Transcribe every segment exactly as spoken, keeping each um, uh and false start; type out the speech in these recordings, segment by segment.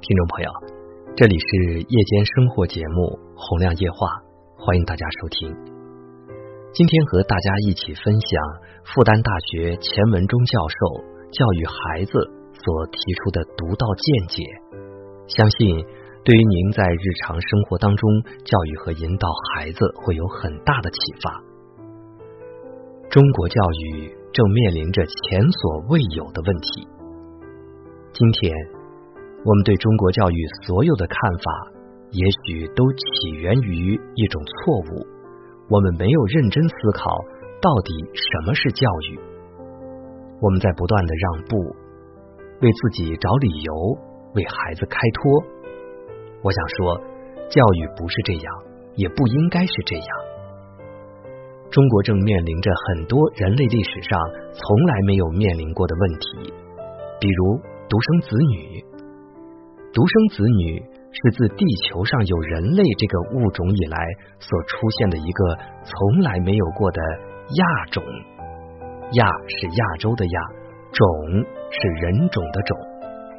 听众朋友，这里是夜间生活节目《洪亮夜话》，欢迎大家收听。今天和大家一起分享复旦大学钱文忠教授教育孩子所提出的独到见解，相信对于您在日常生活当中教育和引导孩子会有很大的启发。中国教育正面临着前所未有的问题。今天我们对中国教育所有的看法也许都起源于一种错误，我们没有认真思考到底什么是教育。我们在不断的让步，为自己找理由，为孩子开脱。我想说，教育不是这样，也不应该是这样。中国正面临着很多人类历史上从来没有面临过的问题，比如独生子女。独生子女是自地球上有人类这个物种以来所出现的一个从来没有过的亚种。亚是亚洲的亚，种是人种的种。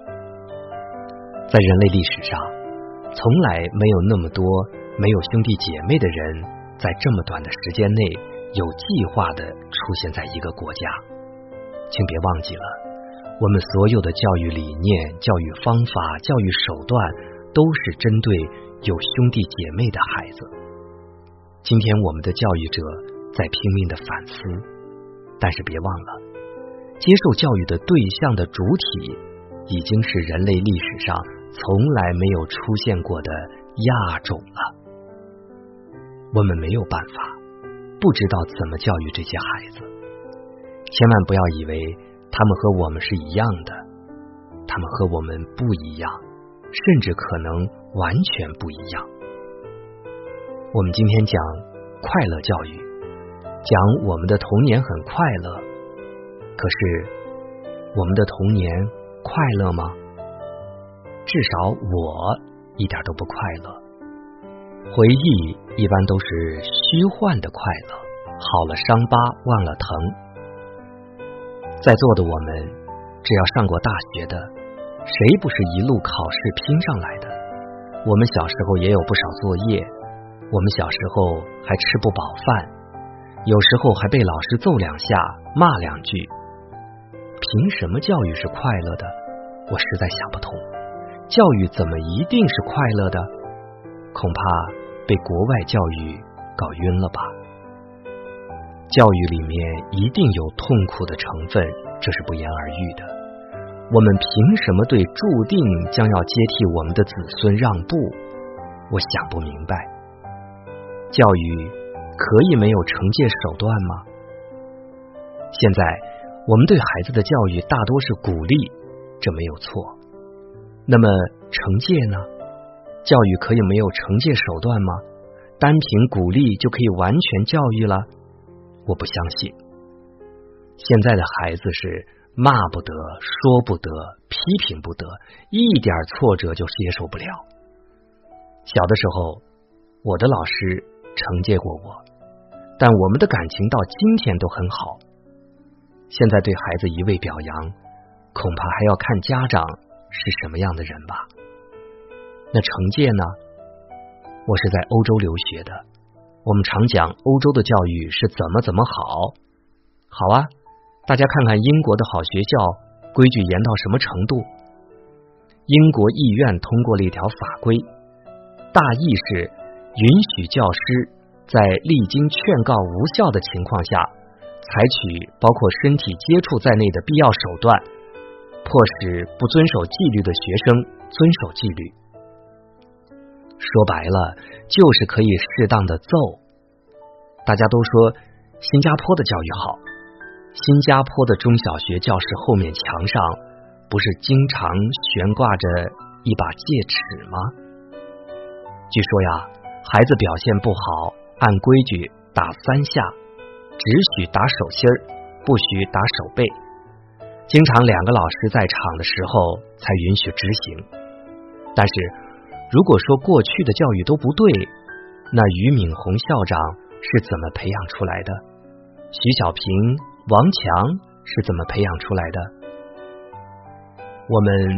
在人类历史上，从来没有那么多没有兄弟姐妹的人在这么短的时间内有计划地出现在一个国家。请别忘记了，我们所有的教育理念、教育方法、教育手段都是针对有兄弟姐妹的孩子。今天我们的教育者在拼命的反思，但是别忘了，接受教育的对象的主体已经是人类历史上从来没有出现过的亚种了。我们没有办法，不知道怎么教育这些孩子。千万不要以为他们和我们是一样的，他们和我们不一样，甚至可能完全不一样。我们今天讲快乐教育，讲我们的童年很快乐，可是我们的童年快乐吗？至少我一点都不快乐。回忆一般都是虚幻的快乐，好了伤疤忘了疼。在座的我们，只要上过大学的，谁不是一路考试拼上来的？我们小时候也有不少作业，我们小时候还吃不饱饭，有时候还被老师揍两下，骂两句。凭什么教育是快乐的？我实在想不通。教育怎么一定是快乐的？恐怕被国外教育搞晕了吧。教育里面一定有痛苦的成分，这是不言而喻的。我们凭什么对注定将要接替我们的子孙让步？我想不明白。教育可以没有惩戒手段吗？现在我们对孩子的教育大多是鼓励，这没有错。那么惩戒呢？教育可以没有惩戒手段吗？单凭鼓励就可以完全教育了？我不相信。现在的孩子是骂不得，说不得，批评不得，一点挫折就接受不了。小的时候，我的老师惩戒过我，但我们的感情到今天都很好。现在对孩子一味表扬，恐怕还要看家长是什么样的人吧。那惩戒呢？我是在欧洲留学的，我们常讲欧洲的教育是怎么怎么好。好啊，大家看看英国的好学校规矩严到什么程度。英国议院通过了一条法规，大意是允许教师在历经劝告无效的情况下，采取包括身体接触在内的必要手段，迫使不遵守纪律的学生遵守纪律。说白了，就是可以适当的揍。大家都说新加坡的教育好，新加坡的中小学教室后面墙上不是经常悬挂着一把戒尺吗？据说呀，孩子表现不好，按规矩打三下，只许打手心儿，不许打手背。经常两个老师在场的时候才允许执行。但是如果说过去的教育都不对，那俞敏洪校长是怎么培养出来的？徐小平、王强是怎么培养出来的？我们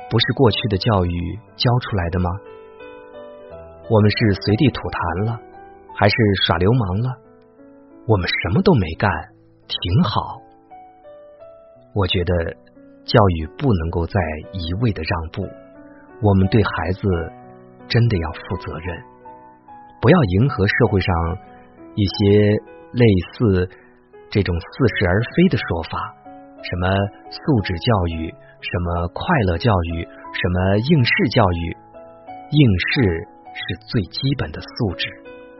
不是过去的教育教出来的吗？我们是随地吐痰了，还是耍流氓了？我们什么都没干，挺好。我觉得教育不能够再一味的让步，我们对孩子真的要负责任，不要迎合社会上一些类似这种似是而非的说法，什么素质教育，什么快乐教育，什么应试教育。应试是最基本的素质。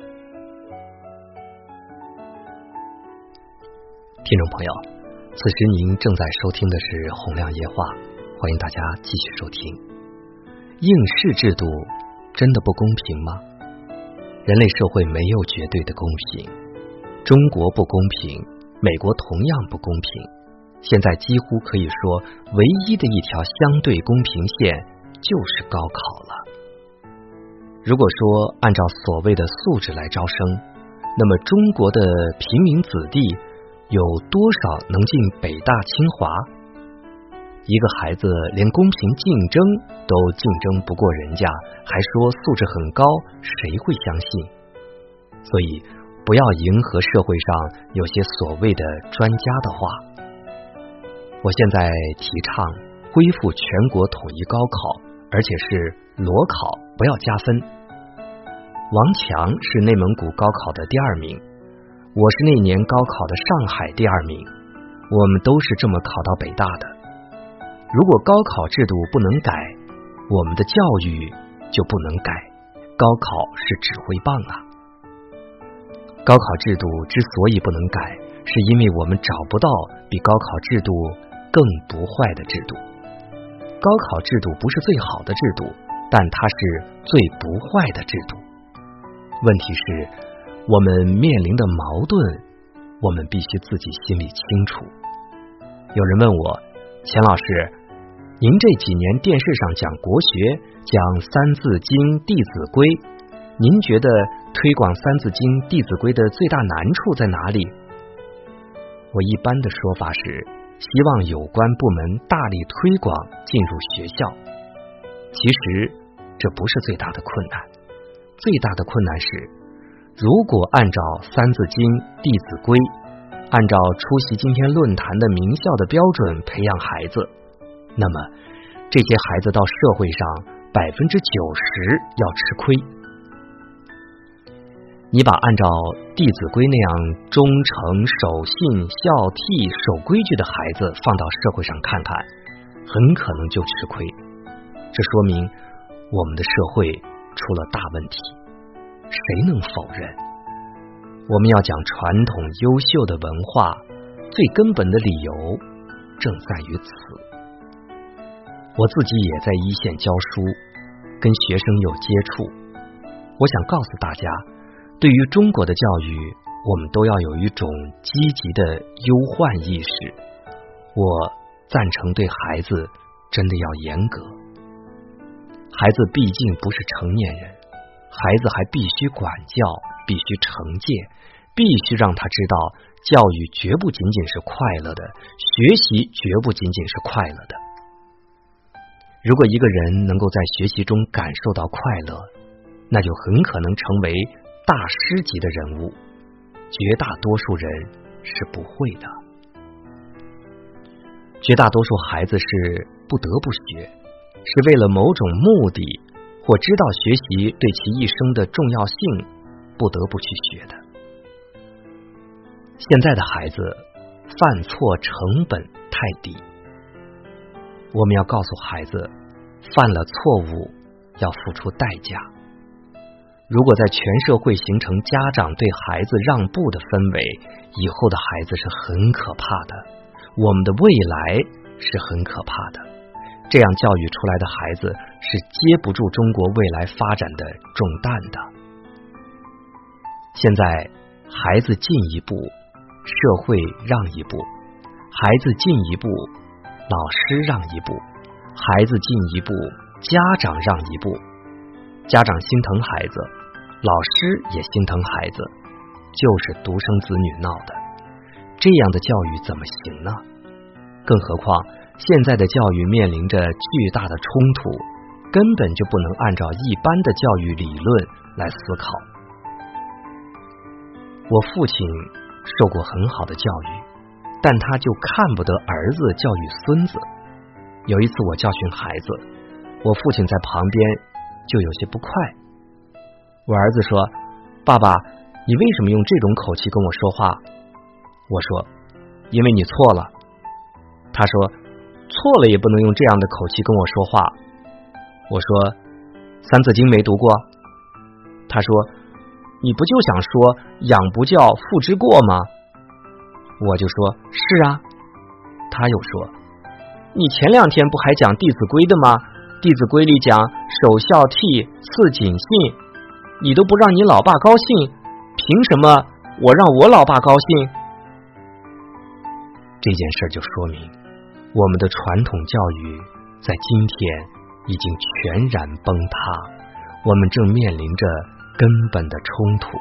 听众朋友，此时您正在收听的是《洪亮夜话》，欢迎大家继续收听。应试制度真的不公平吗？人类社会没有绝对的公平，中国不公平，美国同样不公平，现在几乎可以说唯一的一条相对公平线就是高考了。如果说按照所谓的素质来招生，那么中国的平民子弟有多少能进北大清华？一个孩子连公平竞争都竞争不过人家，还说素质很高，谁会相信？所以不要迎合社会上有些所谓的专家的话。我现在提倡恢复全国统一高考，而且是裸考，不要加分。王强是内蒙古高考的第二名，我是那年高考的上海第二名，我们都是这么考到北大的。如果高考制度不能改，我们的教育就不能改，高考是指挥棒啊。高考制度之所以不能改，是因为我们找不到比高考制度更不坏的制度。高考制度不是最好的制度，但它是最不坏的制度。问题是我们面临的矛盾，我们必须自己心里清楚。有人问我，钱老师，您这几年电视上讲国学，讲三字经弟子规，您觉得推广三字经弟子规的最大难处在哪里？我一般的说法是希望有关部门大力推广进入学校。其实这不是最大的困难，最大的困难是如果按照三字经弟子规，按照出席今天论坛的名校的标准培养孩子，那么这些孩子到社会上百分之九十要吃亏。你把按照弟子规那样忠诚守信孝悌守规矩的孩子放到社会上看看，很可能就吃亏。这说明我们的社会出了大问题，谁能否认？我们要讲传统优秀的文化，最根本的理由正在于此。我自己也在一线教书，跟学生有接触，我想告诉大家，对于中国的教育，我们都要有一种积极的忧患意识。我赞成对孩子真的要严格。孩子毕竟不是成年人，孩子还必须管教，必须惩戒，必须让他知道教育绝不仅仅是快乐的，学习绝不仅仅是快乐的。如果一个人能够在学习中感受到快乐，那就很可能成为大师级的人物，绝大多数人是不会的。绝大多数孩子是不得不学，是为了某种目的，或知道学习对其一生的重要性，不得不去学的。现在的孩子犯错成本太低，我们要告诉孩子，犯了错误要付出代价。如果在全社会形成家长对孩子让步的氛围，以后的孩子是很可怕的，我们的未来是很可怕的。这样教育出来的孩子是接不住中国未来发展的重担的。现在孩子进一步，社会让一步；孩子进一步，老师让一步；孩子进一步，家长让一步。家长心疼孩子，老师也心疼孩子，就是独生子女闹的，这样的教育怎么行呢？更何况现在的教育面临着巨大的冲突，根本就不能按照一般的教育理论来思考。我父亲受过很好的教育，但他就看不得儿子教育孙子。有一次我教训孩子，我父亲在旁边就有些不快。我儿子说：爸爸，你为什么用这种口气跟我说话？我说：因为你错了。他说：错了也不能用这样的口气跟我说话。我说：三字经没读过。他说：你不就想说养不教父之过吗？我就说：是啊。他又说：你前两天不还讲弟子规的吗？弟子规里讲首孝悌，次谨信，你都不让你老爸高兴，凭什么我让我老爸高兴？这件事就说明我们的传统教育在今天已经全然崩塌，我们正面临着根本的冲突。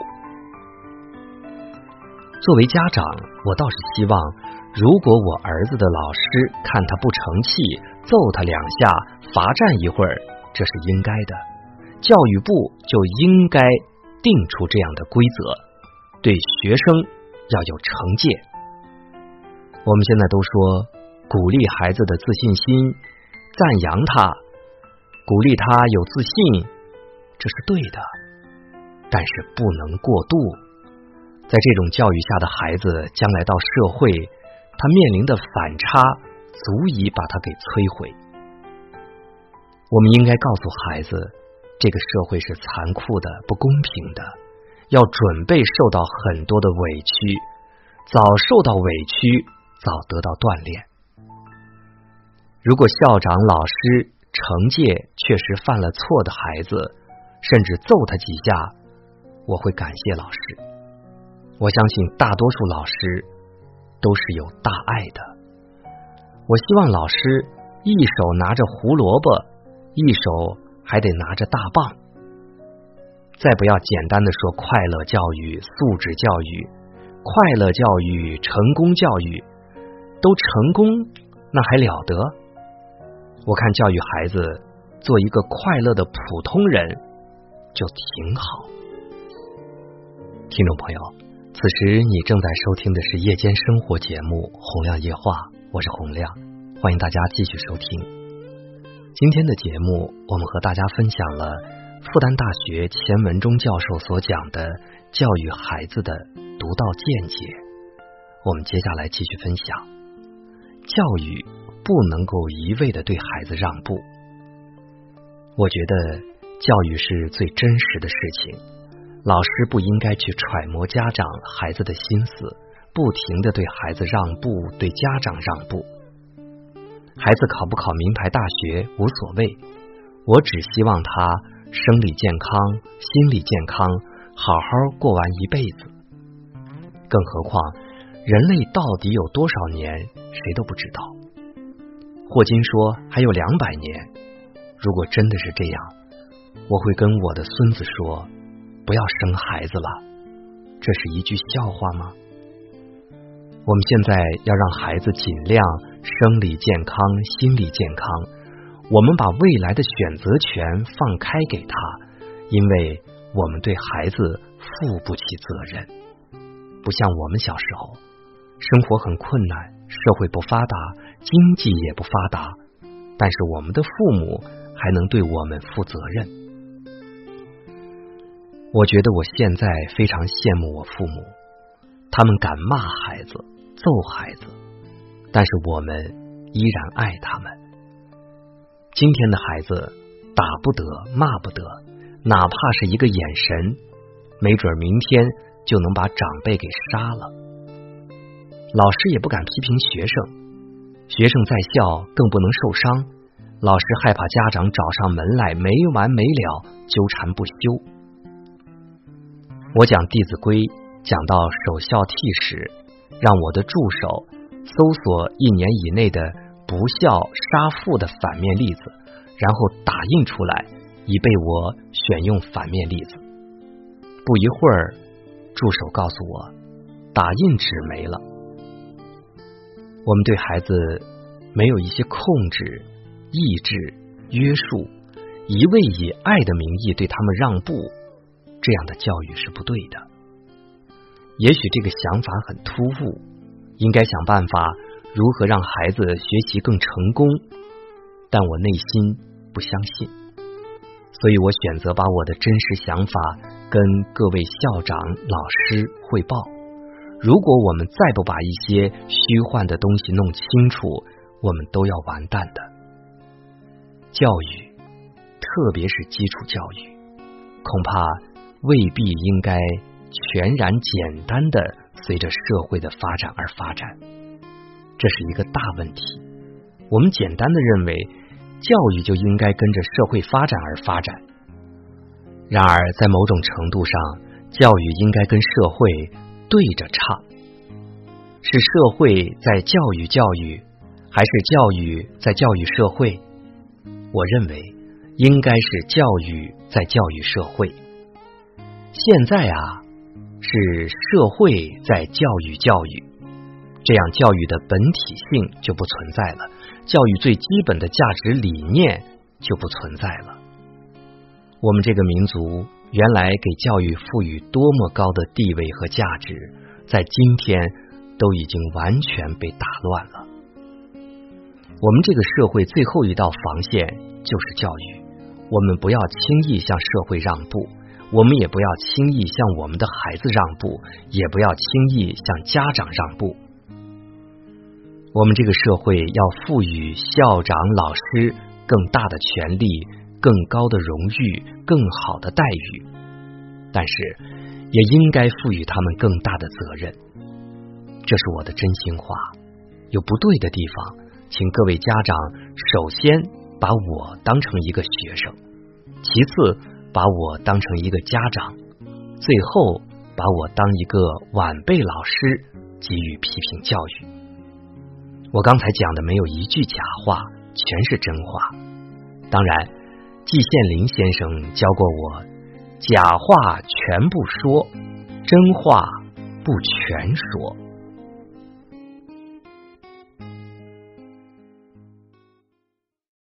作为家长，我倒是希望，如果我儿子的老师看他不成器，揍他两下，罚站一会儿，这是应该的，教育部就应该定出这样的规则，对学生要有惩戒。我们现在都说鼓励孩子的自信心，赞扬他，鼓励他有自信，这是对的，但是不能过度。在这种教育下的孩子，将来到社会，他面临的反差足以把他给摧毁。我们应该告诉孩子，这个社会是残酷的、不公平的，要准备受到很多的委屈，早受到委屈，早得到锻炼。如果校长、老师惩戒确实犯了错的孩子，甚至揍他几下，我会感谢老师。我相信大多数老师都是有大爱的。我希望老师一手拿着胡萝卜，一手还得拿着大棒。再不要简单的说快乐教育、素质教育，快乐教育、成功教育，都成功那还了得？我看教育孩子做一个快乐的普通人就挺好。听众朋友，此时你正在收听的是夜间生活节目《洪亮夜话》，我是洪亮，欢迎大家继续收听。今天的节目，我们和大家分享了复旦大学钱文忠教授所讲的教育孩子的独到见解。我们接下来继续分享，教育不能够一味的对孩子让步。我觉得教育是最真实的事情，老师不应该去揣摩家长孩子的心思，不停的对孩子让步，对家长让步。孩子考不考名牌大学无所谓，我只希望他生理健康，心理健康，好好过完一辈子。更何况人类到底有多少年，谁都不知道。霍金说还有两百年，如果真的是这样，我会跟我的孙子说，不要生孩子了，这是一句笑话吗？我们现在要让孩子尽量生理健康，心理健康，我们把未来的选择权放开给他，因为我们对孩子负不起责任。不像我们小时候，生活很困难，社会不发达，经济也不发达，但是我们的父母还能对我们负责任。我觉得我现在非常羡慕我父母，他们敢骂孩子，揍孩子，但是我们依然爱他们。今天的孩子打不得，骂不得，哪怕是一个眼神，没准明天就能把长辈给杀了。老师也不敢批评学生，学生在校更不能受伤，老师害怕家长找上门来没完没了，纠缠不休。我讲弟子规讲到首孝悌时，让我的助手搜索一年以内的不孝杀父的反面例子，然后打印出来，以备我选用反面例子。不一会儿，助手告诉我，打印纸没了。我们对孩子没有一些控制、抑制、约束，一味以爱的名义对他们让步，这样的教育是不对的。也许这个想法很突兀，应该想办法如何让孩子学习更成功，但我内心不相信，所以我选择把我的真实想法跟各位校长、老师汇报。如果我们再不把一些虚幻的东西弄清楚，我们都要完蛋的。教育，特别是基础教育，恐怕未必应该全然简单的随着社会的发展而发展，这是一个大问题。我们简单的认为教育就应该跟着社会发展而发展，然而在某种程度上，教育应该跟社会对着唱。是社会在教育教育，还是教育在教育社会？我认为应该是教育在教育社会。现在啊，是社会在教育教育，这样教育的本体性就不存在了，教育最基本的价值理念就不存在了。我们这个民族原来给教育赋予多么高的地位和价值，在今天都已经完全被打乱了。我们这个社会最后一道防线就是教育，我们不要轻易向社会让步，我们也不要轻易向我们的孩子让步，也不要轻易向家长让步。我们这个社会要赋予校长、老师更大的权利、更高的荣誉、更好的待遇，但是也应该赋予他们更大的责任。这是我的真心话，有不对的地方，请各位家长首先把我当成一个学生，其次把我当成一个家长，最后把我当一个晚辈老师给予批评教育。我刚才讲的没有一句假话，全是真话。当然，季羡林先生教过我，假话全不说，真话不全说。